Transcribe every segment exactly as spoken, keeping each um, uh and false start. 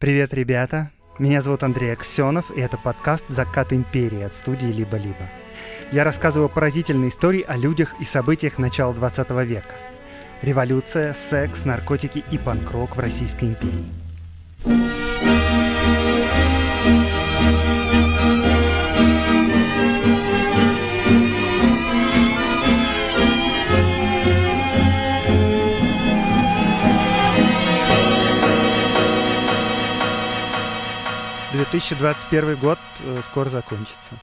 Привет, ребята! Меня зовут Андрей Аксенов, и это подкаст «Закат империи» от студии «Либо-либо». Я рассказываю поразительные истории о людях и событиях начала двадцатого века. Революция, секс, наркотики и панк-рок в Российской империи. две тысячи двадцать первый год скоро закончится.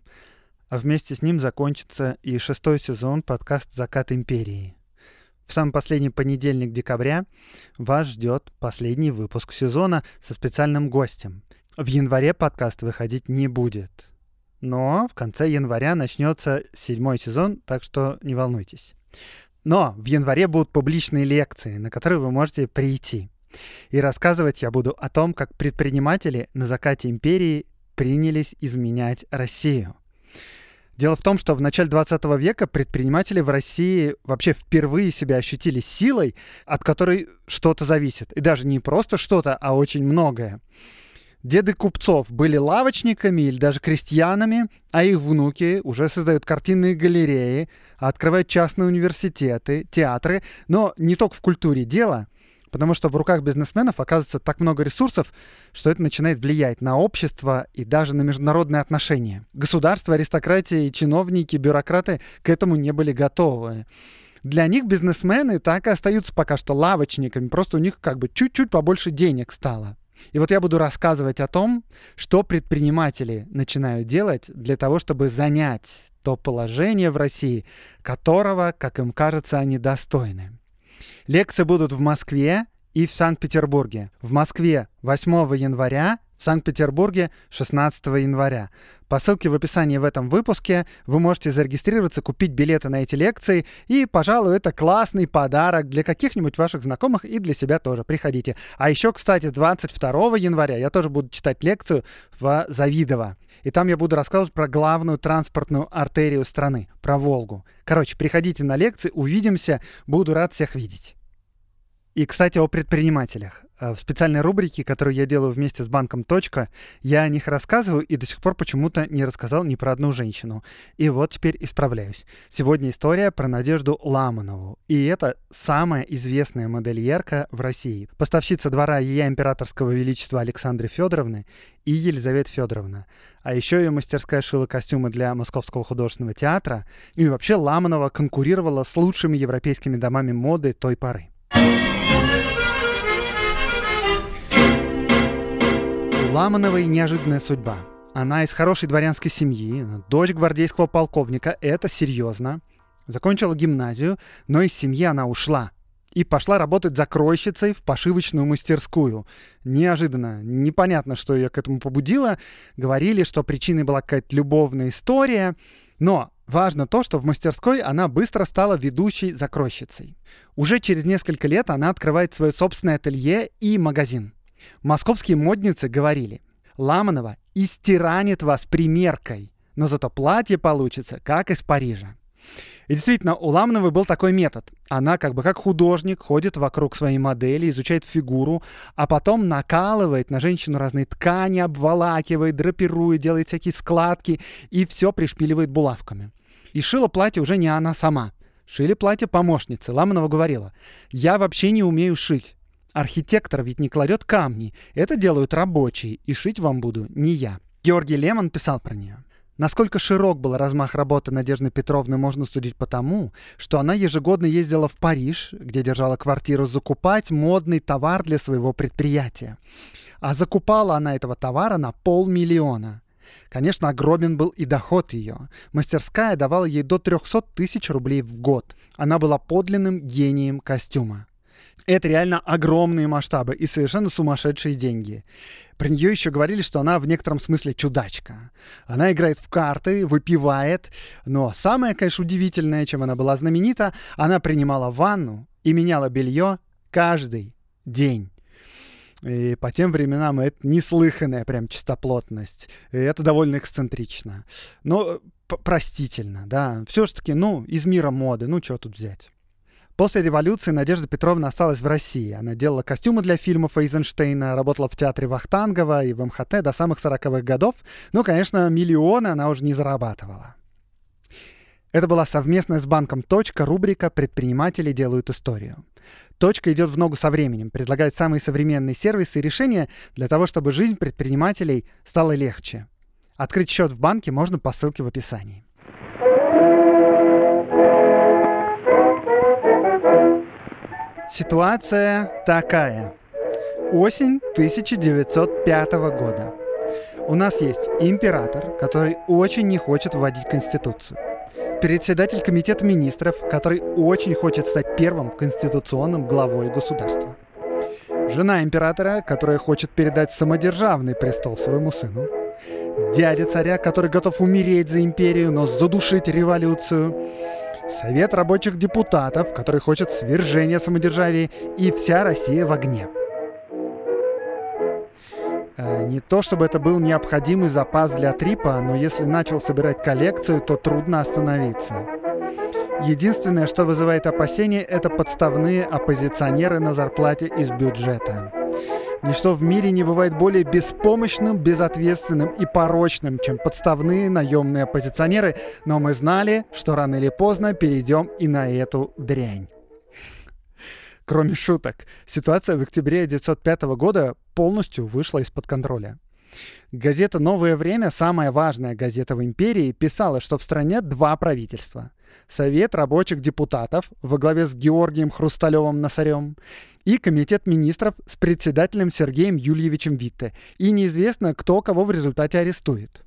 А вместе с ним закончится и шестой сезон подкаста «Закат империи». В самый последний понедельник декабря вас ждет последний выпуск сезона со специальным гостем. В январе подкаст выходить не будет. Но в конце января начнется седьмой сезон, так что не волнуйтесь. Но в январе будут публичные лекции, на которые вы можете прийти. И рассказывать я буду о том, как предприниматели на закате империи принялись изменять Россию. Дело в том, что в начале двадцатого века предприниматели в России вообще впервые себя ощутили силой, от которой что-то зависит. И даже не просто что-то, а очень многое. Деды купцов были лавочниками или даже крестьянами, а их внуки уже создают картинные галереи, открывают частные университеты, театры, но не только в культуре дело. Потому что в руках бизнесменов оказывается так много ресурсов, что это начинает влиять на общество и даже на международные отношения. Государство, аристократия и чиновники, бюрократы к этому не были готовы. Для них бизнесмены так и остаются пока что лавочниками, просто у них как бы чуть-чуть побольше денег стало. И вот я буду рассказывать о том, что предприниматели начинают делать для того, чтобы занять то положение в России, которого, как им кажется, они достойны. Лекции будут в Москве и в Санкт-Петербурге. В Москве восьмого января, в Санкт-Петербурге шестнадцатого января. По ссылке в описании в этом выпуске вы можете зарегистрироваться, купить билеты на эти лекции. И, пожалуй, это классный подарок для каких-нибудь ваших знакомых и для себя тоже. Приходите. А еще, кстати, двадцать второго января я тоже буду читать лекцию в Завидово. И там я буду рассказывать про главную транспортную артерию страны, про Волгу. Короче, приходите на лекции, увидимся. Буду рад всех видеть. И, кстати, о предпринимателях. В специальной рубрике, которую я делаю вместе с банком «Точка», я о них рассказываю и до сих пор почему-то не рассказал ни про одну женщину. И вот теперь исправляюсь. Сегодня история про Надежду Ламанову. И это самая известная модельерка в России. Поставщица двора Ея Императорского Величества Александры Федоровны и Елизаветы Федоровны. А еще ее мастерская шила костюмы для Московского художественного театра. И вообще Ламанова конкурировала с лучшими европейскими домами моды той поры. У Ламановой неожиданная судьба. Она из хорошей дворянской семьи, дочь гвардейского полковника, это серьезно. Закончила гимназию, но из семьи она ушла. И пошла работать закройщицей в пошивочную мастерскую. Неожиданно, непонятно, что ее к этому побудило. Говорили, что причиной была какая-то любовная история. Но важно то, что в мастерской она быстро стала ведущей закройщицей. Уже через несколько лет она открывает свое собственное ателье и магазин. Московские модницы говорили: Ламанова истиранит вас примеркой, но зато платье получится, как из Парижа. И действительно, у Ламановой был такой метод. Она как бы как художник ходит вокруг своей модели, изучает фигуру, а потом накалывает на женщину разные ткани, обволакивает, драпирует, делает всякие складки и все пришпиливает булавками. И шила платье уже не она сама. Шили платье помощницы. Ламанова говорила: я вообще не умею шить. Архитектор ведь не кладет камни. Это делают рабочие, и шить вам буду не я. Георгий Лемон писал про нее. Насколько широк был размах работы Надежды Петровны, можно судить по тому, что она ежегодно ездила в Париж, где держала квартиру, закупать модный товар для своего предприятия. А закупала она этого товара на полмиллиона. Конечно, огромен был и доход ее. Мастерская давала ей до триста тысяч рублей в год. Она была подлинным гением костюма. Это реально огромные масштабы и совершенно сумасшедшие деньги. Про нее еще говорили, что она в некотором смысле чудачка. Она играет в карты, выпивает. Но самое, конечно, удивительное, чем она была знаменита, она принимала ванну и меняла белье каждый день. И по тем временам это неслыханная прям чистоплотность. И это довольно эксцентрично. Но простительно, да. Все-таки, ну, из мира моды, ну, что тут взять. После революции Надежда Петровна осталась в России. Она делала костюмы для фильмов Эйзенштейна, работала в театре Вахтангова и в эм ха тэ до самых сороковых годов. Ну, конечно, миллионы она уже не зарабатывала. Это была совместная с банком «Точка» рубрика «Предприниматели делают историю». «Точка» идет в ногу со временем, предлагает самые современные сервисы и решения для того, чтобы жизнь предпринимателей стала легче. Открыть счет в банке можно по ссылке в описании. Ситуация такая. Осень тысяча девятьсот пятого года. У нас есть император, который очень не хочет вводить Конституцию. Председатель комитета министров, который очень хочет стать первым конституционным главой государства. Жена императора, которая хочет передать самодержавный престол своему сыну. Дядя царя, который готов умереть за империю, но задушить революцию. Совет рабочих депутатов, который хочет свержения самодержавия. И вся Россия в огне. Не то чтобы это был необходимый запас для трипа, но если начал собирать коллекцию, то трудно остановиться. Единственное, что вызывает опасения, это подставные оппозиционеры на зарплате из бюджета. Ничто в мире не бывает более беспомощным, безответственным и порочным, чем подставные наемные оппозиционеры, но мы знали, что рано или поздно перейдем и на эту дрянь. Кроме шуток, ситуация в октябре тысяча девятьсот пятого года полностью вышла из-под контроля. Газета «Новое время», самая важная газета в империи, писала, что в стране два правительства. Совет рабочих депутатов во главе с Георгием Хрусталевым-Носарем и комитет министров с председателем Сергеем Юльевичем Витте. И неизвестно, кто кого в результате арестует.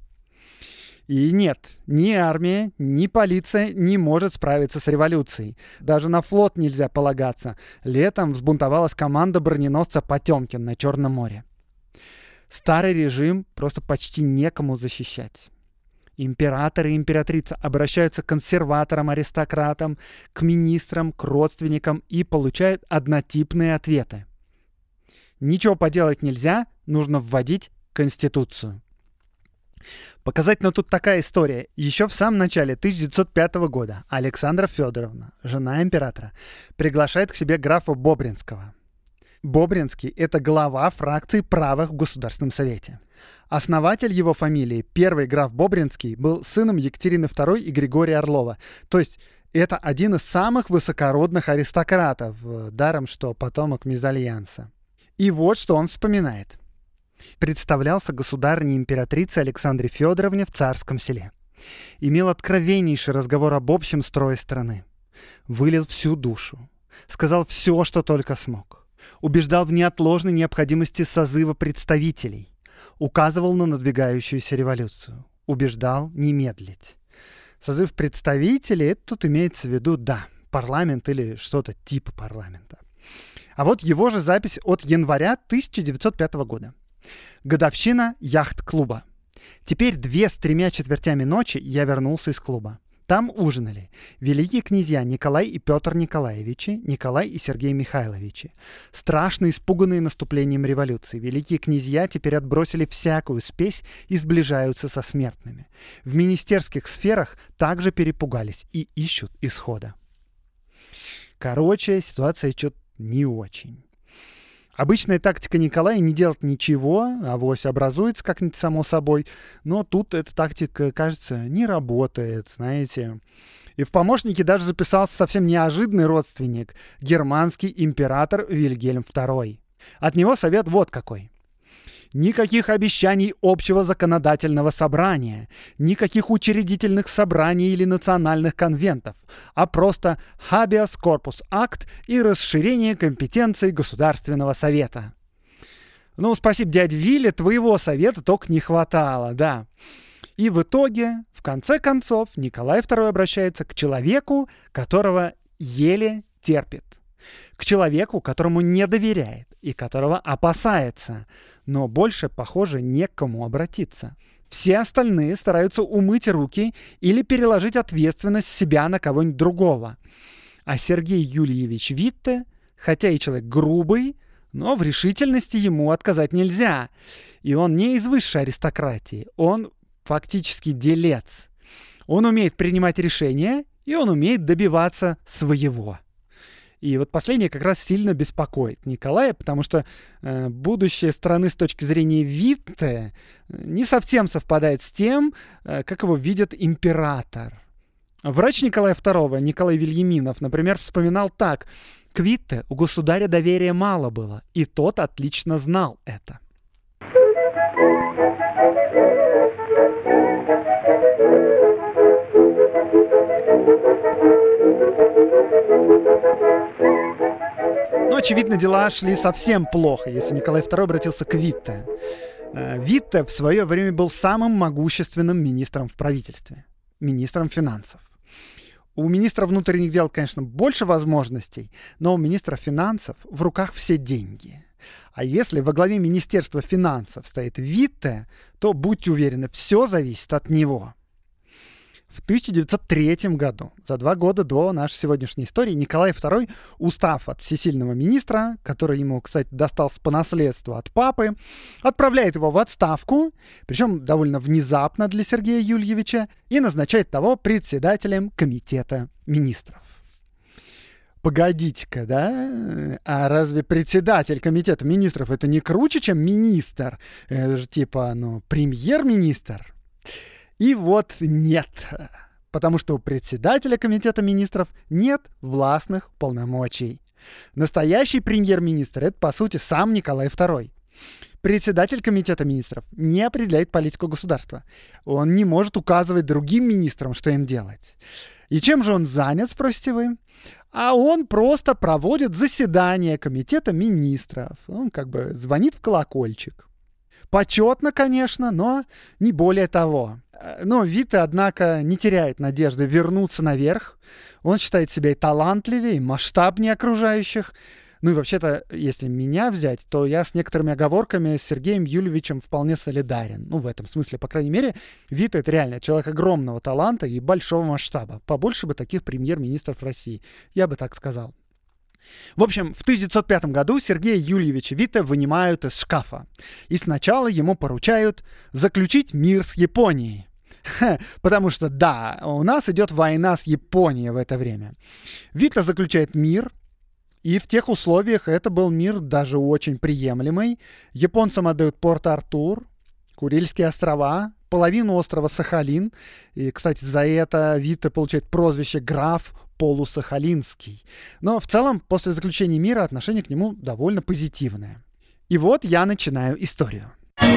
И нет, ни армия, ни полиция не может справиться с революцией. Даже на флот нельзя полагаться. Летом взбунтовалась команда броненосца «Потемкин» на Черном море. Старый режим просто почти некому защищать. Император и императрица обращаются к консерваторам-аристократам, к министрам, к родственникам и получают однотипные ответы. Ничего поделать нельзя, нужно вводить Конституцию. Показательно тут такая история. Еще в самом начале тысяча девятьсот пятого года Александра Федоровна, жена императора, приглашает к себе графа Бобринского. Бобринский – это глава фракции правых в Государственном совете. Основатель его фамилии, первый граф Бобринский, был сыном Екатерины второй и Григория Орлова. То есть это один из самых высокородных аристократов, даром что потомок мезальянса. И вот что он вспоминает. Представлялся государыней императрице Александре Федоровне в Царском Селе. Имел откровеннейший разговор об общем строе страны. Вылил всю душу. Сказал все, что только смог. Убеждал в неотложной необходимости созыва представителей. Указывал на надвигающуюся революцию. Убеждал не медлить. Созыв представителей, это тут имеется в виду, да, парламент или что-то типа парламента. А вот его же запись от января тысяча девятьсот пятого года. Годовщина яхт-клуба. Теперь две с тремя четвертями ночи я вернулся из клуба. Там ужинали великие князья Николай и Петр Николаевичи, Николай и Сергей Михайловичи. Страшно испуганные наступлением революции, великие князья теперь отбросили всякую спесь и сближаются со смертными. В министерских сферах также перепугались и ищут исхода. Короче, ситуация что-то не очень. Обычная тактика Николая не делать ничего, авось образуется как-нибудь само собой, но тут эта тактика, кажется, не работает, знаете. И в помощники даже записался совсем неожиданный родственник, германский император Вильгельм второй. От него совет вот какой. Никаких обещаний общего законодательного собрания, никаких учредительных собраний или национальных конвентов, а просто habeas corpus акт и расширение компетенций Государственного совета. Ну, спасибо, дядя Вилли, твоего совета только не хватало, да. И в итоге, в конце концов, Николай второй обращается к человеку, которого еле терпит. К человеку, которому не доверяет и которого опасается, но больше, похоже, не к кому обратиться. Все остальные стараются умыть руки или переложить ответственность с себя на кого-нибудь другого. А Сергей Юльевич Витте, хотя и человек грубый, но в решительности ему отказать нельзя. И он не из высшей аристократии, он фактически делец. Он умеет принимать решения, и он умеет добиваться своего. И вот последнее как раз сильно беспокоит Николая, потому что э, будущее страны с точки зрения Витте не совсем совпадает с тем, э, как его видит император. Врач Николая второго, Николай Вильяминов, например, вспоминал так: «К Витте у государя доверия мало было, и тот отлично знал это». Но, очевидно, дела шли совсем плохо, если Николай второй обратился к Витте. Витте в свое время был самым могущественным министром в правительстве, министром финансов. У министра внутренних дел, конечно, больше возможностей, но у министра финансов в руках все деньги. А если во главе Министерства финансов стоит Витте, то, будьте уверены, все зависит от него. В тысяча девятьсот третьем году, за два года до нашей сегодняшней истории, Николай второй, устав от всесильного министра, который ему, кстати, достался по наследству от папы, отправляет его в отставку, причем довольно внезапно для Сергея Юльевича, и назначает того председателем комитета министров. Погодите-ка, да? А разве председатель комитета министров это не круче, чем министр? Это же типа, ну, премьер-министр. И вот нет, потому что у председателя комитета министров нет властных полномочий. Настоящий премьер-министр — это, по сути, сам Николай второй. Председатель комитета министров не определяет политику государства. Он не может указывать другим министрам, что им делать. И чем же он занят, спросите вы? А он просто проводит заседание комитета министров. Он как бы звонит в колокольчик. Почетно, конечно, но не более того. Но Витте, однако, не теряет надежды вернуться наверх. Он считает себя и талантливее, и масштабнее окружающих. Ну и вообще-то, если меня взять, то я с некоторыми оговорками с Сергеем Юльевичем вполне солидарен. Ну, в этом смысле, по крайней мере, Витте — это реально человек огромного таланта и большого масштаба. Побольше бы таких премьер-министров России, я бы так сказал. В общем, в тысяча девятьсот пятом году Сергея Юльевича Витте вынимают из шкафа. И сначала ему поручают заключить мир с Японией. Ха, потому что, да, у нас идет война с Японией в это время. Витте заключает мир, и в тех условиях это был мир даже очень приемлемый. Японцам отдают Порт-Артур, Курильские острова, половину острова Сахалин. И, кстати, за это Витте получает прозвище граф Полусахалинский. Но в целом, после заключения мира отношение к нему довольно позитивное. И вот я начинаю историю.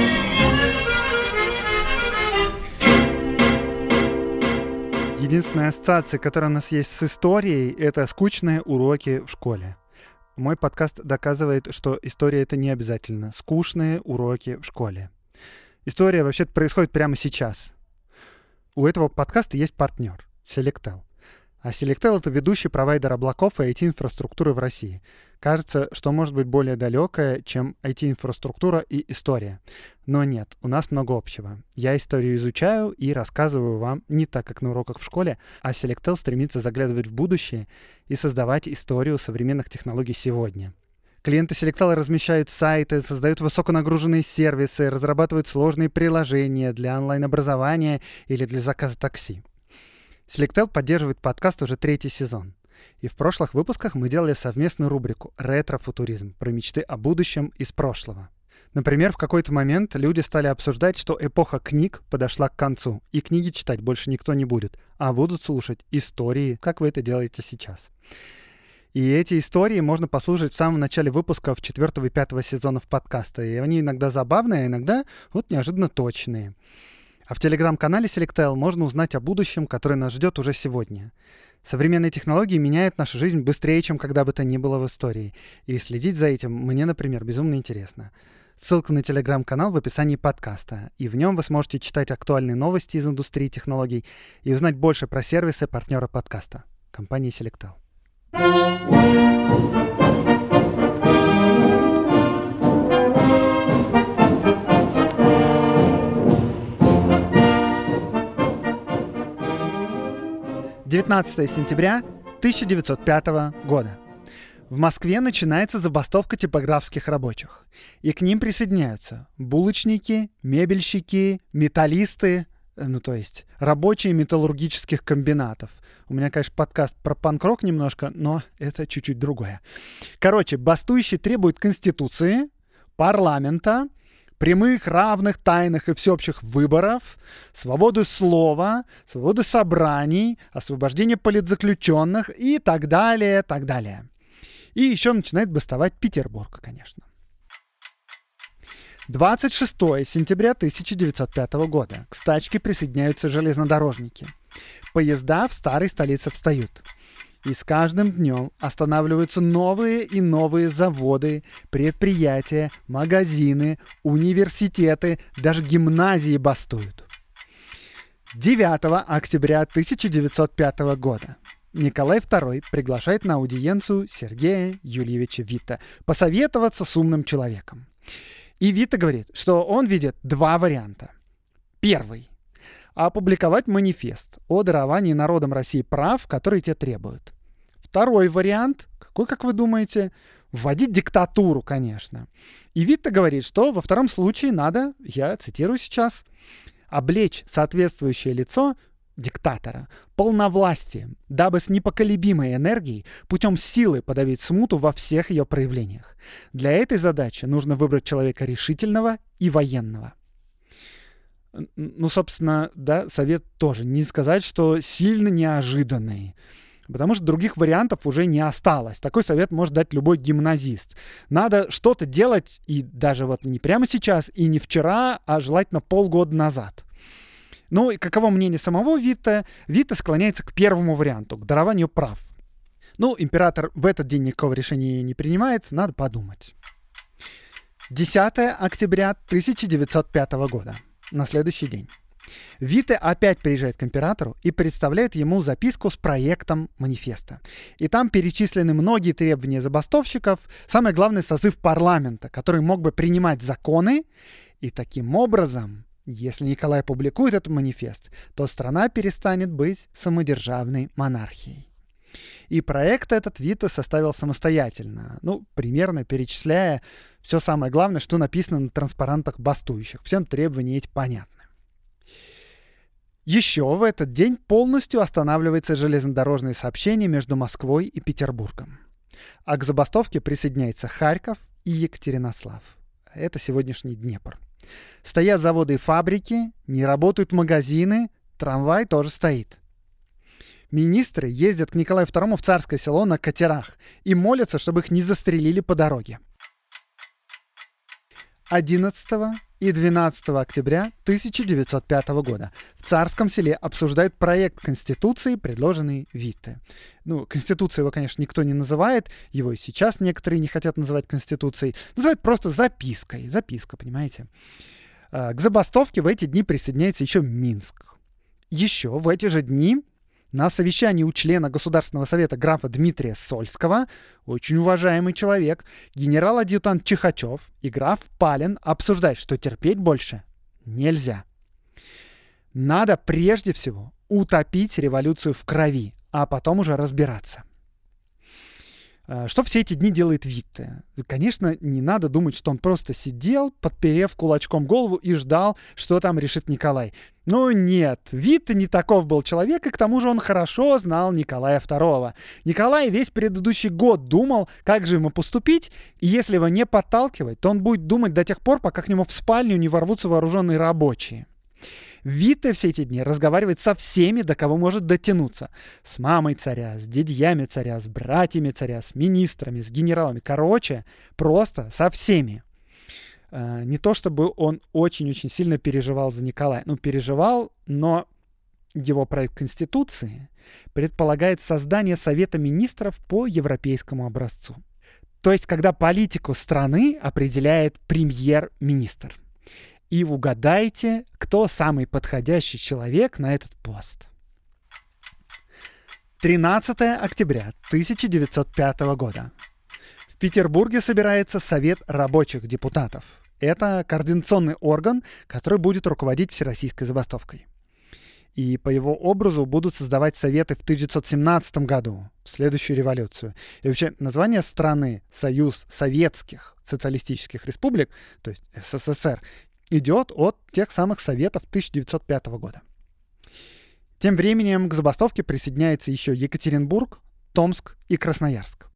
Единственная ассоциация, которая у нас есть с историей, это скучные уроки в школе. Мой подкаст доказывает, что история — это не обязательно скучные уроки в школе. История вообще-то происходит прямо сейчас. У этого подкаста есть партнер — Selectel. А Selectel — это ведущий провайдер облаков и ай ти-инфраструктуры в России. Кажется, что может быть более далекое, чем ай ти-инфраструктура и история. Но нет, у нас много общего. Я историю изучаю и рассказываю вам не так, как на уроках в школе, а Selectel стремится заглядывать в будущее и создавать историю современных технологий сегодня. Клиенты Selectel размещают сайты, создают высоконагруженные сервисы, разрабатывают сложные приложения для онлайн-образования или для заказа такси. Selectel поддерживает подкаст уже третий сезон. И в прошлых выпусках мы делали совместную рубрику «Ретро-футуризм» про мечты о будущем из прошлого. Например, в какой-то момент люди стали обсуждать, что эпоха книг подошла к концу, и книги читать больше никто не будет, а будут слушать истории, как вы это делаете сейчас. И эти истории можно послушать в самом начале выпусков четвертого и пятого сезонов подкаста. И они иногда забавные, а иногда вот неожиданно точные. А в телеграм-канале Selectel можно узнать о будущем, которое нас ждет уже сегодня. Современные технологии меняют нашу жизнь быстрее, чем когда бы то ни было в истории. И следить за этим мне, например, безумно интересно. Ссылка на телеграм-канал в описании подкаста. И в нем вы сможете читать актуальные новости из индустрии технологий и узнать больше про сервисы партнера подкаста — компании Selectel. девятнадцатого сентября тысяча девятьсот пятого года. В Москве начинается забастовка типографских рабочих. И к ним присоединяются булочники, мебельщики, металлисты, ну то есть рабочие металлургических комбинатов. У меня, конечно, подкаст про панк-рок немножко, но это чуть-чуть другое. Короче, бастующие требуют конституции, парламента, прямых, равных, тайных и всеобщих выборов, свободы слова, свободы собраний, освобождения политзаключенных и так далее, так далее. И еще начинает бастовать Петербург, конечно. двадцать шестого сентября тысяча девятьсот пятого года к стачке присоединяются железнодорожники. Поезда в старой столице встают. И с каждым днем останавливаются новые и новые заводы, предприятия, магазины, университеты, даже гимназии бастуют. девятого октября тысяча девятьсот пятого года Николай второй приглашает на аудиенцию Сергея Юльевича Витте посоветоваться с умным человеком. И Витте говорит, что он видит два варианта. Первый. Опубликовать манифест о даровании народам России прав, которые те требуют. Второй вариант. Какой, как вы думаете? Вводить диктатуру, конечно. И Витте говорит, что во втором случае надо, я цитирую сейчас, облечь соответствующее лицо диктатора полновластием, дабы с непоколебимой энергией путем силы подавить смуту во всех ее проявлениях. Для этой задачи нужно выбрать человека решительного и военного. Ну, собственно, да, совет тоже. Не сказать, что сильно неожиданный. Потому что других вариантов уже не осталось. Такой совет может дать любой гимназист. Надо что-то делать, и даже вот не прямо сейчас, и не вчера, а желательно полгода назад. Ну и каково мнение самого Витте? Витте склоняется к первому варианту, к дарованию прав. Ну, император в этот день никакого решения не принимает, надо подумать. десятого октября тысяча девятьсот пятого года. На следующий день. Витте опять приезжает к императору и представляет ему записку с проектом манифеста. И там перечислены многие требования забастовщиков, самое главное созыв парламента, который мог бы принимать законы, и таким образом, если Николай публикует этот манифест, то страна перестанет быть самодержавной монархией. И проект этот Витте составил самостоятельно, ну, примерно перечисляя все самое главное, что написано на транспарантах бастующих. Всем требования эти понятны. Еще в этот день полностью останавливается железнодорожное сообщение между Москвой и Петербургом. А к забастовке присоединяется Харьков и Екатеринослав. Это сегодняшний Днепр. Стоят заводы и фабрики, не работают магазины, трамвай тоже стоит. Министры ездят к Николаю второму в Царское Село на катерах и молятся, чтобы их не застрелили по дороге. одиннадцатого и двенадцатого октября тысяча девятьсот пятого года в Царском Селе обсуждают проект Конституции, предложенный Витте. Ну, Конституцией его, конечно, никто не называет, его и сейчас некоторые не хотят называть Конституцией, называют просто запиской, записка, понимаете. К забастовке в эти дни присоединяется еще Минск. Еще в эти же дни на совещании у члена Государственного совета графа Дмитрия Сольского, очень уважаемый человек, генерал-адъютант Чихачев и граф Палин обсуждают, что терпеть больше нельзя. Надо прежде всего утопить революцию в крови, а потом уже разбираться. Что все эти дни делает Витте? Конечно, не надо думать, что он просто сидел, подперев кулачком голову и ждал, что там решит Николай. Ну нет, Витте не таков был человек, и к тому же он хорошо знал Николая второго. Николай весь предыдущий год думал, как же ему поступить, и если его не подталкивать, то он будет думать до тех пор, пока к нему в спальню не ворвутся вооруженные рабочие. Витте все эти дни разговаривает со всеми, до кого может дотянуться. С мамой царя, с дядьями царя, с братьями царя, с министрами, с генералами. Короче, просто со всеми. Не то чтобы он очень-очень сильно переживал за Николая. Ну, переживал, но его проект Конституции предполагает создание Совета министров по европейскому образцу. То есть, когда политику страны определяет премьер-министр. И угадайте, кто самый подходящий человек на этот пост. тринадцатого октября тысяча девятьсот пятого года. В Петербурге собирается Совет рабочих депутатов. Это координационный орган, который будет руководить всероссийской забастовкой. И по его образу будут создавать советы в тысяча девятьсот семнадцатом году, в следующую революцию. И вообще название страны «Союз Советских Социалистических Республик», то есть СССР, идет от тех самых советов тысяча девятьсот пятого года. Тем временем к забастовке присоединяется еще Екатеринбург, Томск и Красноярск.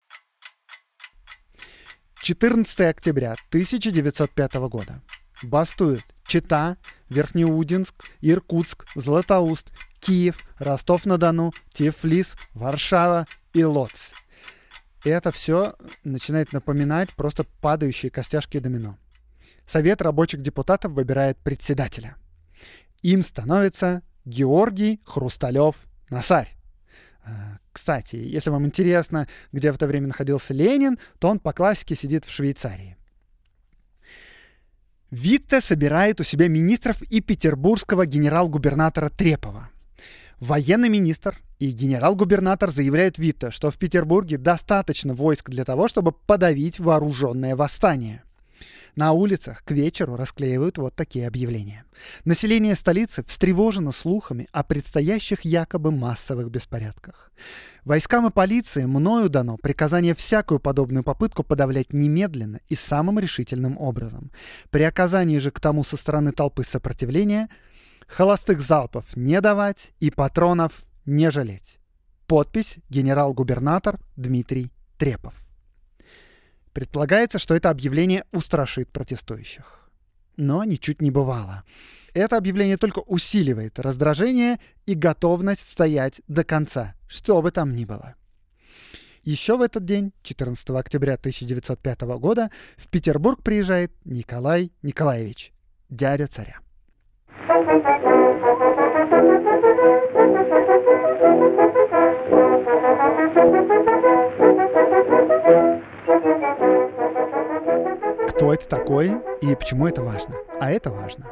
четырнадцатого октября тысяча девятьсот пятого года. Бастуют Чита, Верхнеудинск, Иркутск, Златоуст, Киев, Ростов-на-Дону, Тифлис, Варшава и Лодзь. И это все начинает напоминать просто падающие костяшки домино. Совет рабочих депутатов выбирает председателя. Им становится Георгий Хрусталев-Насарь. Кстати, если вам интересно, где в это время находился Ленин, то он по классике сидит в Швейцарии. Витте собирает у себя министров и петербургского генерал-губернатора Трепова. Военный министр и генерал-губернатор заявляют Витте, что в Петербурге достаточно войск для того, чтобы подавить вооруженное восстание. На улицах к вечеру расклеивают вот такие объявления. Население столицы встревожено слухами о предстоящих якобы массовых беспорядках. Войскам и полиции мною дано приказание всякую подобную попытку подавлять немедленно и самым решительным образом. При оказании же к тому со стороны толпы сопротивления холостых залпов не давать и патронов не жалеть. Подпись: генерал-губернатор Дмитрий Трепов. Предполагается, что это объявление устрашит протестующих. Но ничуть не бывало. Это объявление только усиливает раздражение и готовность стоять до конца, что бы там ни было. Еще в этот день, четырнадцатого октября тысяча девятьсот пятого года, в Петербург приезжает Николай Николаевич, дядя царя. Кто это такой и почему это важно? А это важно.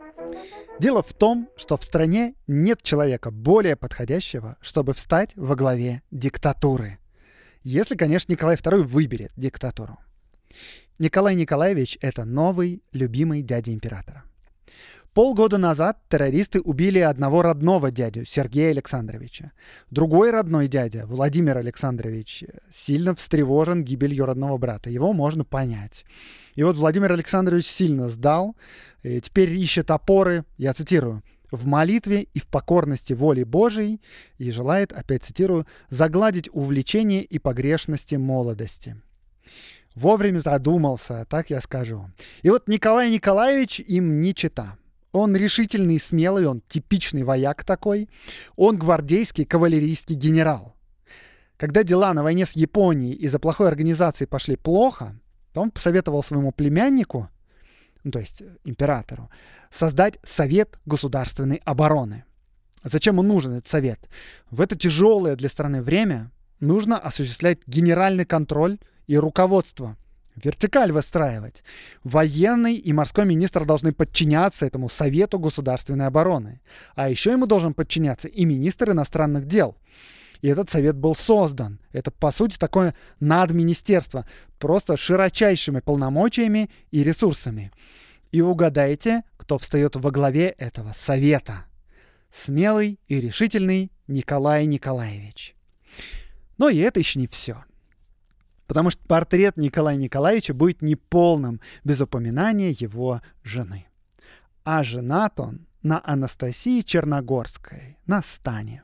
Дело в том, что в стране нет человека более подходящего, чтобы встать во главе диктатуры. Если, конечно, Николай второй выберет диктатуру. Николай Николаевич — это новый, любимый дядя императора. Полгода назад террористы убили одного родного дядю, Сергея Александровича. Другой родной дядя, Владимир Александрович, сильно встревожен гибелью родного брата. Его можно понять. И вот Владимир Александрович сильно сдал, и теперь ищет опоры, я цитирую, «в молитве и в покорности воли Божией», и желает, опять цитирую, «загладить увлечения и погрешности молодости». Вовремя задумался, так я скажу. И вот Николай Николаевич им не чета. Он решительный и смелый, он типичный вояк такой. Он гвардейский кавалерийский генерал. Когда дела на войне с Японией из-за плохой организации пошли плохо, то он посоветовал своему племяннику, ну, то есть императору, создать Совет государственной обороны. Зачем ему нужен этот совет? В это тяжелое для страны время нужно осуществлять генеральный контроль и руководство. Вертикаль выстраивать. Военный и морской министр должны подчиняться этому Совету государственной обороны. А еще ему должен подчиняться и министр иностранных дел. И этот совет был создан. Это, по сути, такое надминистерство, просто широчайшими полномочиями и ресурсами. И угадайте, кто встает во главе этого совета. Смелый и решительный Николай Николаевич. Но и это еще не все. Потому что портрет Николая Николаевича будет неполным без упоминания его жены. А женат он на Анастасии Черногорской, на Стане.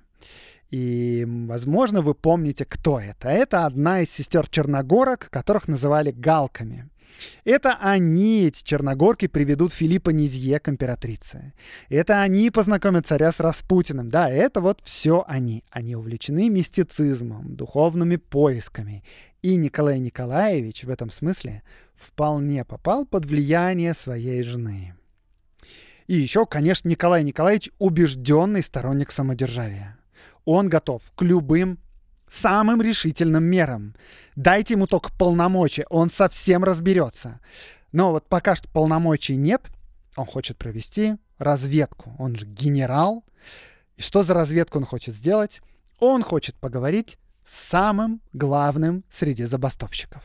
И, возможно, вы помните, кто это. Это одна из сестер Черногорок, которых называли галками. Это они, эти черногорки, приведут Филиппа Низье к императрице. Это они познакомят царя с Распутиным. Да, это вот все они. Они увлечены мистицизмом, духовными поисками. И Николай Николаевич в этом смысле вполне попал под влияние своей жены. И еще, конечно, Николай Николаевич убежденный сторонник самодержавия. Он готов к любым самым решительным мерам. Дайте ему только полномочия, он совсем разберется. Но вот пока что полномочий нет, он хочет провести разведку. Он же генерал. И что за разведку он хочет сделать? Он хочет поговорить с самым главным среди забастовщиков.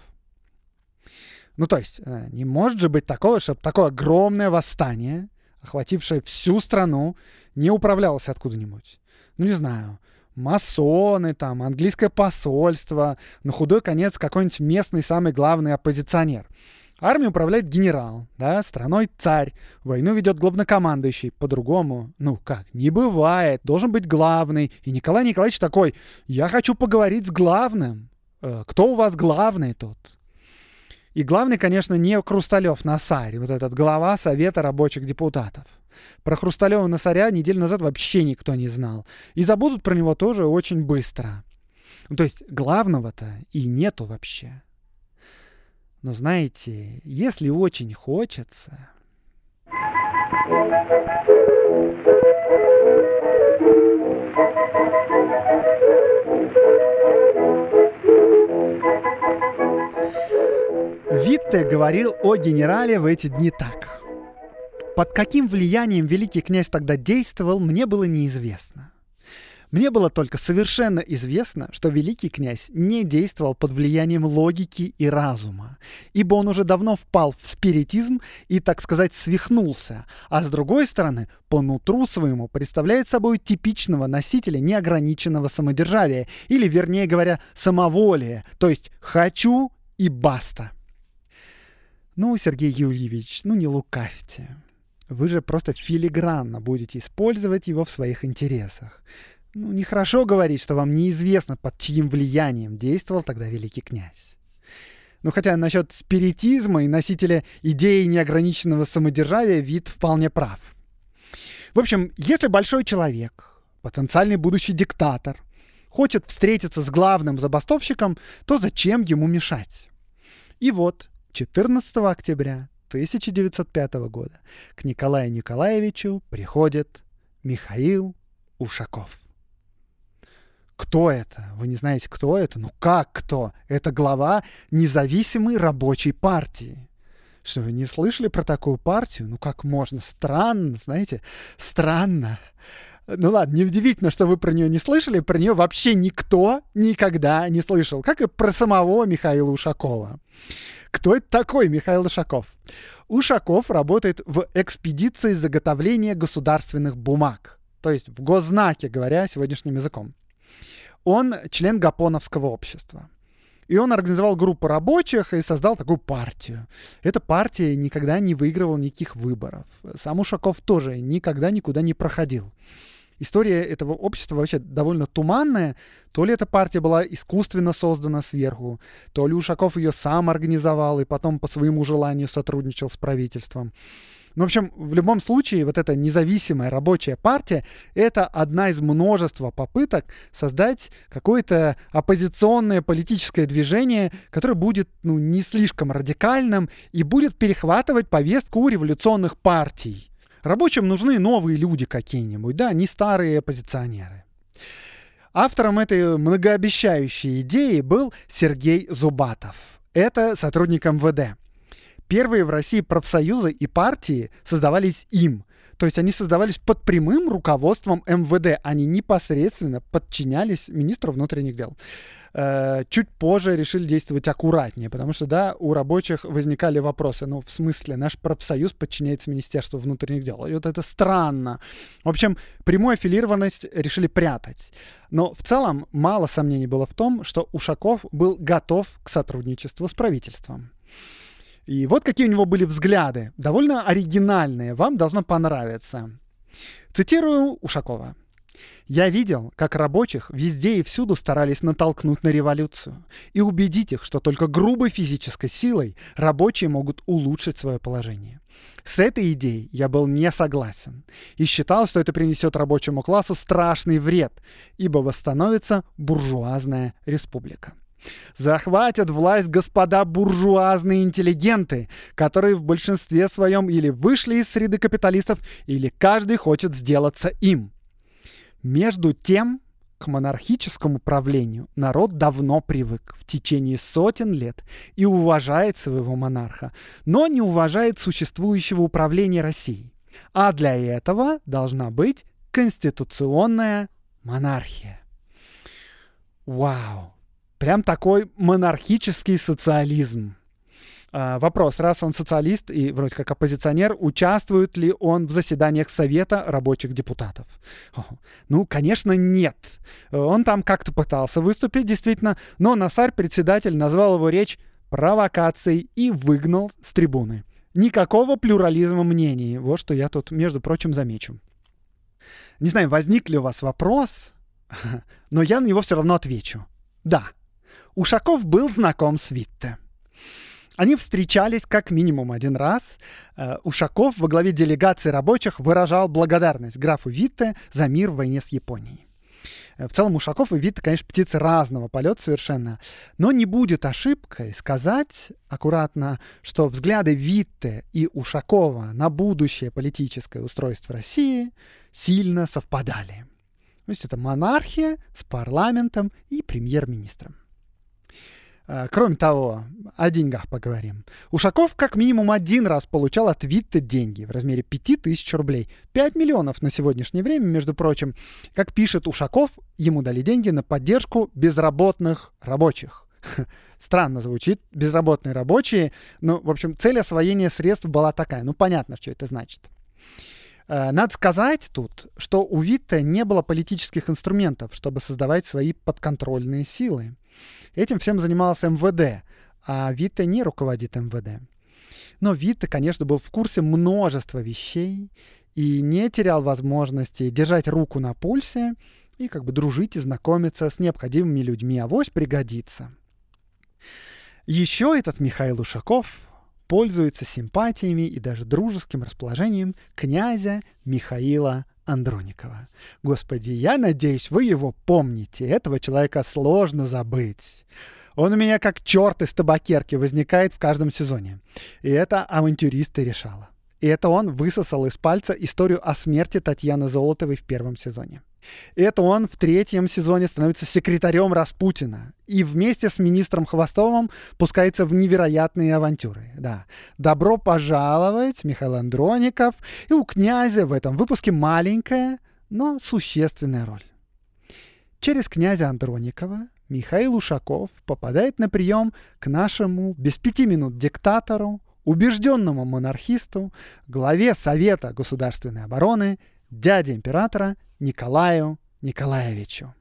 Ну, то есть, не может же быть такого, чтобы такое огромное восстание, охватившее всю страну, не управлялось откуда-нибудь. Ну, не знаю, масоны, там, английское посольство, на худой конец какой-нибудь местный самый главный оппозиционер. Армией управляет генерал, да, страной царь, войну ведет главнокомандующий. По-другому, ну как, не бывает, должен быть главный. И Николай Николаевич такой: я хочу поговорить с главным. Э, кто у вас главный тут? И главный, конечно, не Хрусталев-Насарь, вот этот глава Совета рабочих депутатов. Про Хрусталева-Насаря неделю назад вообще никто не знал. И забудут про него тоже очень быстро. Ну, то есть главного-то и нету вообще. Но знаете, если очень хочется... Витте говорил о генерале в эти дни так. Под каким влиянием великий князь тогда действовал, мне было неизвестно. Мне было только совершенно известно, что великий князь не действовал под влиянием логики и разума, ибо он уже давно впал в спиритизм и, так сказать, свихнулся, а с другой стороны, по нутру своему представляет собой типичного носителя неограниченного самодержавия, или, вернее говоря, самоволия, то есть «хочу» и «баста». Ну, Сергей Юрьевич, ну не лукавьте. Вы же просто филигранно будете использовать его в своих интересах. Ну, нехорошо говорить, что вам неизвестно, под чьим влиянием действовал тогда великий князь. Ну, хотя насчет спиритизма и носителя идеи неограниченного самодержавия Вит вполне прав. В общем, если большой человек, потенциальный будущий диктатор, хочет встретиться с главным забастовщиком, то зачем ему мешать? И вот четырнадцатого октября тысяча девятьсот пятого года к Николаю Николаевичу приходит Михаил Ушаков. Кто это? Вы не знаете, кто это? Ну как кто? Это глава независимой рабочей партии. Что, вы не слышали про такую партию? Ну как можно? Странно, знаете? Странно. Ну ладно, неудивительно, что вы про нее не слышали. Про нее вообще никто никогда не слышал. Как и про самого Михаила Ушакова. Кто это такой Михаил Ушаков? Ушаков работает в экспедиции заготовления государственных бумаг. То есть в Госзнаке, говоря сегодняшним языком. Он член Гапоновского общества. И он организовал группу рабочих и создал такую партию. Эта партия никогда не выигрывала никаких выборов. Сам Ушаков тоже никогда никуда не проходил. История этого общества вообще довольно туманная. То ли эта партия была искусственно создана сверху, то ли Ушаков ее сам организовал и потом по своему желанию сотрудничал с правительством. Ну, в общем, в любом случае, вот эта независимая рабочая партия — это одна из множества попыток создать какое-то оппозиционное политическое движение, которое будет, ну, не слишком радикальным и будет перехватывать повестку у революционных партий. Рабочим нужны новые люди какие-нибудь, да, не старые оппозиционеры. Автором этой многообещающей идеи был Сергей Зубатов. Это сотрудник эм вэ дэ. Первые в России профсоюзы и партии создавались им. То есть они создавались под прямым руководством эм вэ дэ. Они непосредственно подчинялись министру внутренних дел. Э, чуть позже решили действовать аккуратнее, потому что, да, у рабочих возникали вопросы. Ну, в смысле, наш профсоюз подчиняется Министерству внутренних дел. И вот это странно. В общем, прямую аффилированность решили прятать. Но в целом мало сомнений было в том, что Ушаков был готов к сотрудничеству с правительством. И вот какие у него были взгляды, довольно оригинальные, вам должно понравиться. Цитирую Ушакова. «Я видел, как рабочих везде и всюду старались натолкнуть на революцию и убедить их, что только грубой физической силой рабочие могут улучшить свое положение. С этой идеей я был не согласен и считал, что это принесет рабочему классу страшный вред, ибо восстановится буржуазная республика. Захватят власть господа буржуазные интеллигенты, которые в большинстве своем или вышли из среды капиталистов, или каждый хочет сделаться им. Между тем, к монархическому правлению народ давно привык в течение сотен лет и уважает своего монарха, но не уважает существующего управления Россией. А для этого должна быть конституционная монархия». Вау! Прям такой монархический социализм. А, вопрос, раз он социалист и вроде как оппозиционер, участвует ли он в заседаниях Совета рабочих депутатов? О, ну, конечно, нет. Он там как-то пытался выступить, действительно, но Насарь, председатель, назвал его речь провокацией и выгнал с трибуны. Никакого плюрализма мнений. Вот что я тут, между прочим, замечу. Не знаю, возник ли у вас вопрос, но я на него все равно отвечу. Да, Ушаков был знаком с Витте. Они встречались как минимум один раз. Ушаков во главе делегации рабочих выражал благодарность графу Витте за мир в войне с Японией. В целом Ушаков и Витте, конечно, птицы разного полета совершенно. Но не будет ошибкой сказать аккуратно, что взгляды Витте и Ушакова на будущее политическое устройство России сильно совпадали. То есть это монархия с парламентом и премьер-министром. Кроме того, о деньгах поговорим. Ушаков как минимум один раз получал от Витте деньги в размере пять тысяч рублей. пять миллионов на сегодняшнее время, между прочим. Как пишет Ушаков, ему дали деньги на поддержку безработных рабочих. Странно звучит, безработные рабочие. Но, в общем, цель освоения средств была такая. Ну, понятно, что это значит. Надо сказать тут, что у Витте не было политических инструментов, чтобы создавать свои подконтрольные силы. Этим всем занималось эм вэ дэ, а Витте не руководит эм вэ дэ. Но Витте, конечно, был в курсе множества вещей и не терял возможности держать руку на пульсе и как бы дружить и знакомиться с необходимыми людьми. Авось пригодится. Еще этот Михаил Ушаков пользуется симпатиями и даже дружеским расположением князя Михаила Андроникова. Господи, я надеюсь, вы его помните. Этого человека сложно забыть. Он у меня как черт из табакерки возникает в каждом сезоне. И это авантюристы решала. И это он высосал из пальца историю о смерти Татьяны Золотовой в первом сезоне. И это он в третьем сезоне становится секретарем Распутина. И вместе с министром Хвостовым пускается в невероятные авантюры. Да. Добро пожаловать, Михаил Андроников. И у князя в этом выпуске маленькая, но существенная роль. Через князя Андроникова Михаил Ушаков попадает на прием к нашему без пяти минут диктатору, убежденному монархисту, главе Совета государственной обороны, дяде императора Николаю Николаевичу.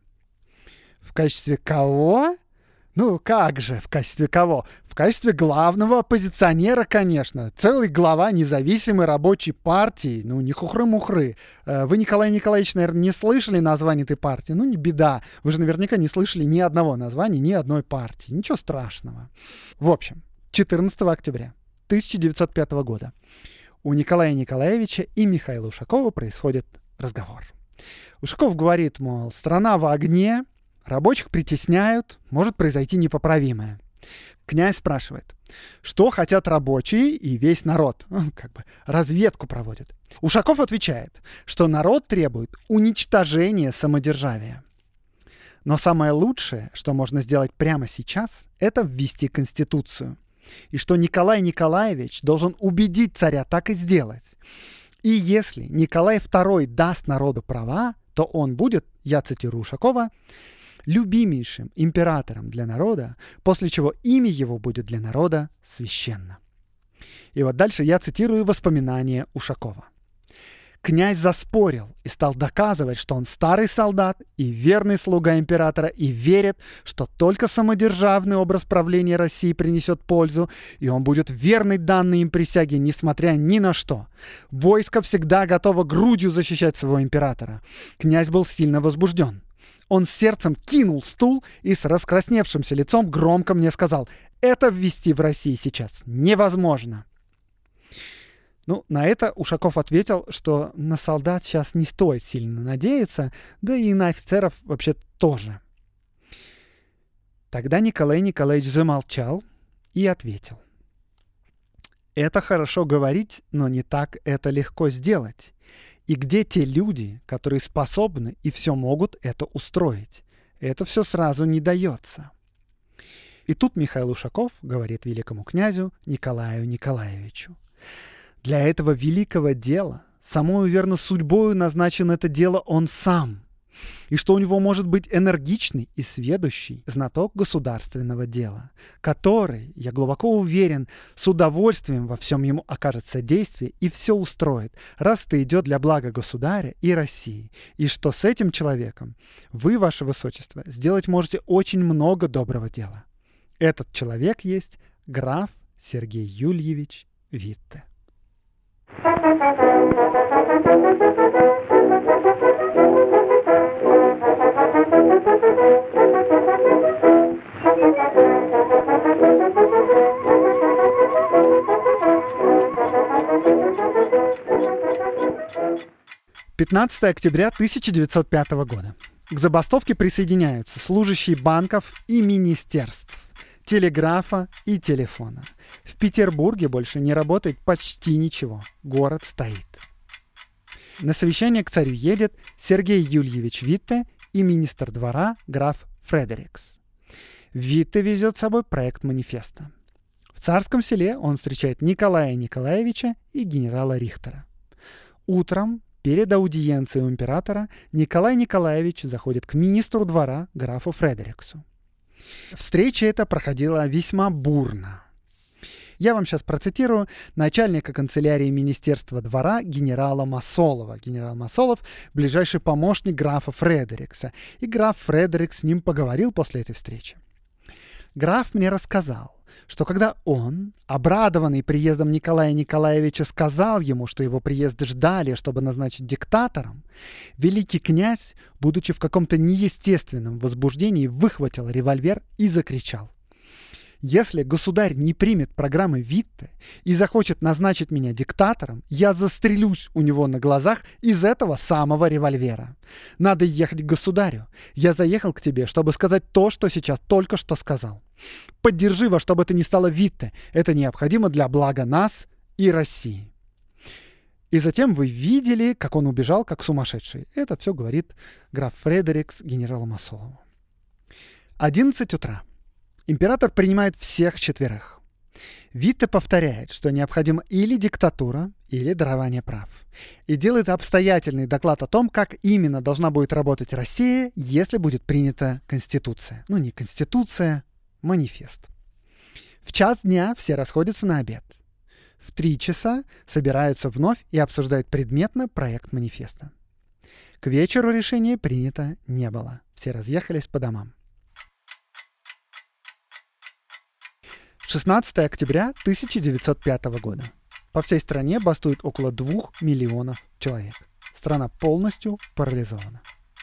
В качестве кого? Ну как же, в качестве кого? В качестве главного оппозиционера, конечно. Целый глава независимой рабочей партии. Ну, не хухры-мухры. Вы, Николай Николаевич, наверное, не слышали название этой партии. Ну, не беда. Вы же наверняка не слышали ни одного названия, ни одной партии. Ничего страшного. В общем, четырнадцатого октября тысяча девятьсот пятого года у Николая Николаевича и Михаила Ушакова происходит разговор. Ушаков говорит, мол, страна в огне, рабочих притесняют, может произойти непоправимое. Князь спрашивает, что хотят рабочие и весь народ? Как бы разведку проводят. Ушаков отвечает, что народ требует уничтожения самодержавия. Но самое лучшее, что можно сделать прямо сейчас, это ввести Конституцию. И что Николай Николаевич должен убедить царя так и сделать. И если Николай второй даст народу права, то он будет, я цитирую Ушакова, любимейшим императором для народа, после чего имя его будет для народа священно. И вот дальше я цитирую воспоминания Ушакова. Князь заспорил и стал доказывать, что он старый солдат и верный слуга императора, и верит, что только самодержавный образ правления России принесет пользу, и он будет верный данной им присяге, несмотря ни на что. Войско всегда готово грудью защищать своего императора. Князь был сильно возбужден. Он с сердцем кинул стул и с раскрасневшимся лицом громко мне сказал: «Это ввести в России сейчас невозможно». Ну, на это Ушаков ответил, что на солдат сейчас не стоит сильно надеяться, да и на офицеров вообще тоже. Тогда Николай Николаевич замолчал и ответил: «Это хорошо говорить, но не так это легко сделать. И где те люди, которые способны и все могут это устроить? Это все сразу не дается». И тут Михаил Ушаков говорит великому князю Николаю Николаевичу: «Для этого великого дела, самою верно судьбою назначен это дело он сам, и что у него может быть энергичный и сведущий знаток государственного дела, который, я глубоко уверен, с удовольствием во всем ему окажет содействие и все устроит, раз это идет для блага государя и России, и что с этим человеком вы, ваше высочество, сделать можете очень много доброго дела. Этот человек есть граф Сергей Юльевич Витте. пятнадцатого октября тысяча девятьсот пятого года. К забастовке присоединяются служащие банков и министерств, телеграфа и телефона. В Петербурге больше не работает почти ничего. Город стоит. На совещание к царю едет Сергей Юльевич Витте и министр двора граф Фредерикс. Витте везет с собой проект манифеста. В Царском Селе он встречает Николая Николаевича и генерала Рихтера. Утром, перед аудиенцией у императора, Николай Николаевич заходит к министру двора графу Фредериксу. Встреча эта проходила весьма бурно. Я вам сейчас процитирую начальника канцелярии Министерства двора генерала Масолова. Генерал Масолов – ближайший помощник графа Фредерикса. И граф Фредерикс с ним поговорил после этой встречи. Граф мне рассказал, что когда он, обрадованный приездом Николая Николаевича, сказал ему, что его приезд ждали, чтобы назначить диктатором, великий князь, будучи в каком-то неестественном возбуждении, выхватил револьвер и закричал: «Если государь не примет программы Витте и захочет назначить меня диктатором, я застрелюсь у него на глазах из этого самого револьвера. Надо ехать к государю. Я заехал к тебе, чтобы сказать то, что сейчас только что сказал. Поддержи во что бы то ни стало Витте. Это необходимо для блага нас и России». И затем вы видели, как он убежал, как сумасшедший. Это все говорит граф Фредерикс генералу Масолову. одиннадцать утра. Император принимает всех четверых. Витте повторяет, что необходима или диктатура, или дарование прав. И делает обстоятельный доклад о том, как именно должна будет работать Россия, если будет принята Конституция. Ну, не Конституция, манифест. В час дня все расходятся на обед. В три часа собираются вновь и обсуждают предметно проект манифеста. К вечеру решение принято не было. Все разъехались по домам. шестнадцатого октября тысяча девятьсот пятого года. По всей стране бастует около двух миллионов человек. Страна полностью парализована.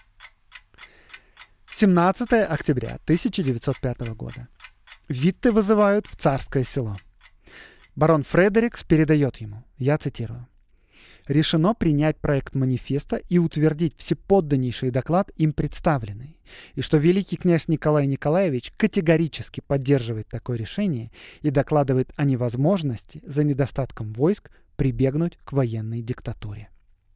семнадцатого октября тысяча девятьсот пятого года. Витте вызывают в Царское Село. Барон Фредерикс передает ему, я цитирую: «Решено принять проект манифеста и утвердить всеподданнейший доклад, им представленный, и что великий князь Николай Николаевич категорически поддерживает такое решение и докладывает о невозможности за недостатком войск прибегнуть к военной диктатуре».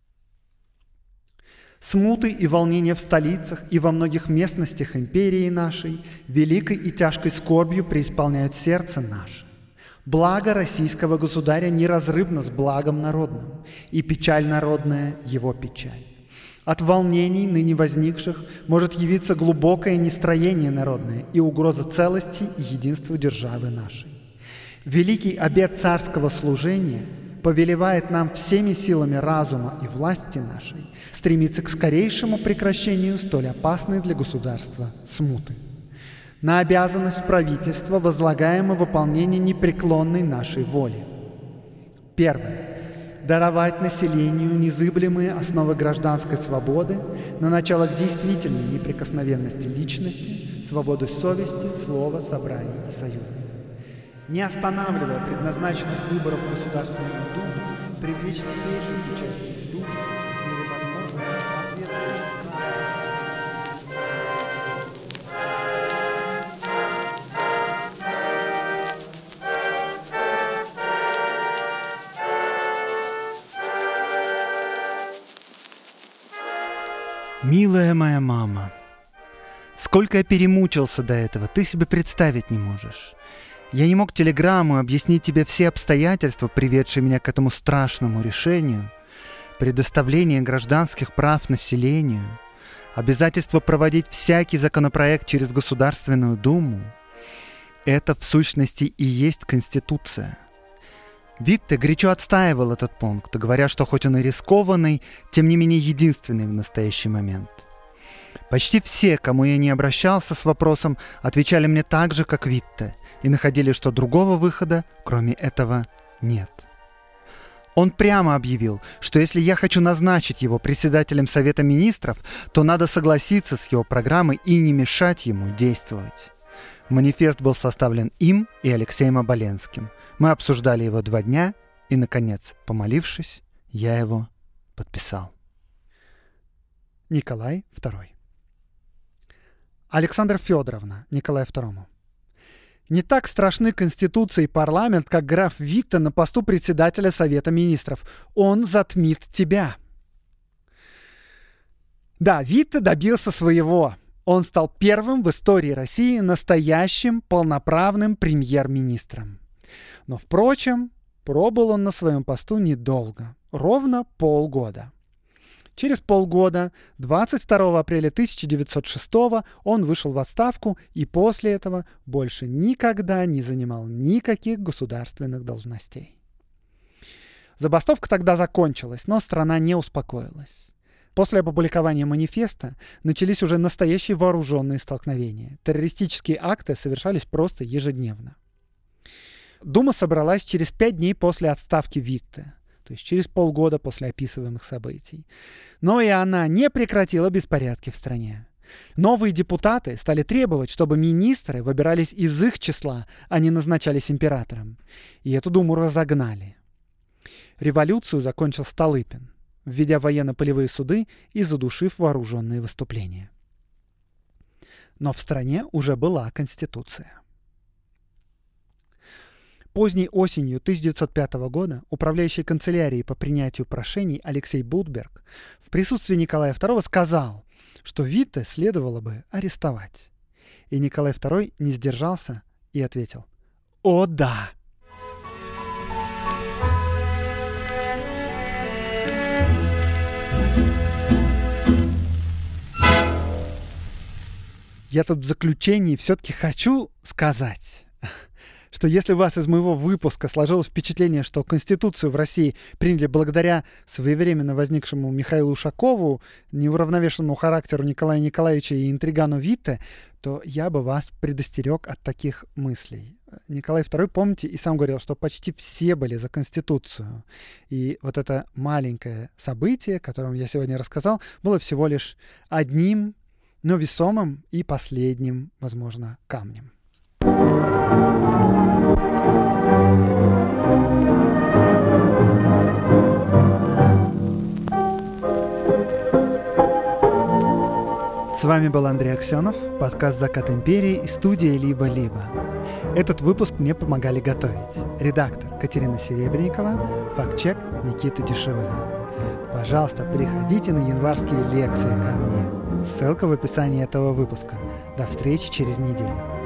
Смуты и волнения в столицах и во многих местностях империи нашей великой и тяжкой скорбью преисполняют сердце наше. Благо российского государя неразрывно с благом народным, и печаль народная – его печаль. От волнений, ныне возникших, может явиться глубокое нестроение народное и угроза целости и единству державы нашей. Великий обет царского служения повелевает нам всеми силами разума и власти нашей стремиться к скорейшему прекращению столь опасной для государства смуты. На обязанность правительства возлагаемо выполнение непреклонной нашей воли. Первое. Даровать населению незыблемые основы гражданской свободы на началах действительной неприкосновенности личности, свободы совести, слова, собраний и союзов. Не останавливая предназначенных выборов в Государственную Думу, привлечь теперь же к участию в Думе в мере возможности соответствующих нам. Милая моя мама, сколько я перемучился до этого, ты себе представить не можешь. Я не мог телеграмму объяснить тебе все обстоятельства, приведшие меня к этому страшному решению, предоставление гражданских прав населению, обязательство проводить всякий законопроект через Государственную Думу. Это в сущности и есть Конституция. Витте горячо отстаивал этот пункт, говоря, что хоть он и рискованный, тем не менее единственный в настоящий момент. Почти все, к кому я не обращался с вопросом, отвечали мне так же, как Витте, и находили, что другого выхода, кроме этого, нет. Он прямо объявил, что если я хочу назначить его председателем Совета Министров, то надо согласиться с его программой и не мешать ему действовать. Манифест был составлен им и Алексеем Оболенским. Мы обсуждали его два дня, и, наконец, помолившись, я его подписал. Николай второй. Александра Федоровна Николаю второму. Не так страшны Конституция и парламент, как граф Витте на посту председателя Совета Министров. Он затмит тебя. Да, Витте добился своего. Он стал первым в истории России настоящим полноправным премьер-министром. Но, впрочем, пробыл он на своем посту недолго, ровно полгода. Через полгода, двадцать второго апреля тысяча девятьсот шестого, он вышел в отставку и после этого больше никогда не занимал никаких государственных должностей. Забастовка тогда закончилась, но страна не успокоилась. После опубликования манифеста начались уже настоящие вооруженные столкновения. Террористические акты совершались просто ежедневно. Дума собралась через пять дней после отставки Витте, то есть через полгода после описываемых событий. Но и она не прекратила беспорядки в стране. Новые депутаты стали требовать, чтобы министры выбирались из их числа, а не назначались императором. И эту Думу разогнали. Революцию закончил Столыпин, введя военно-полевые суды и задушив вооруженные выступления. Но в стране уже была Конституция. Поздней осенью тысяча девятьсот пятого года управляющий канцелярией по принятию прошений Алексей Будберг в присутствии Николая второго сказал, что Витте следовало бы арестовать. И Николай второй не сдержался и ответил: «О да!» Я тут в заключении все-таки хочу сказать, что если у вас из моего выпуска сложилось впечатление, что Конституцию в России приняли благодаря своевременно возникшему Михаилу Ушакову, неуравновешенному характеру Николая Николаевича и интригану Витте, то я бы вас предостерег от таких мыслей. Николай второй, помните, и сам говорил, что почти все были за Конституцию. И вот это маленькое событие, о котором я сегодня рассказал, было всего лишь одним, но весомым и последним, возможно, камнем. С вами был Андрей Аксенов, подкаст «Закат империи» и студия «Либо-либо». Этот выпуск мне помогали готовить редактор Катерина Серебренникова, фактчек Никита Дешевых. Пожалуйста, приходите на январские лекции ко мне. Ссылка в описании этого выпуска. До встречи через неделю.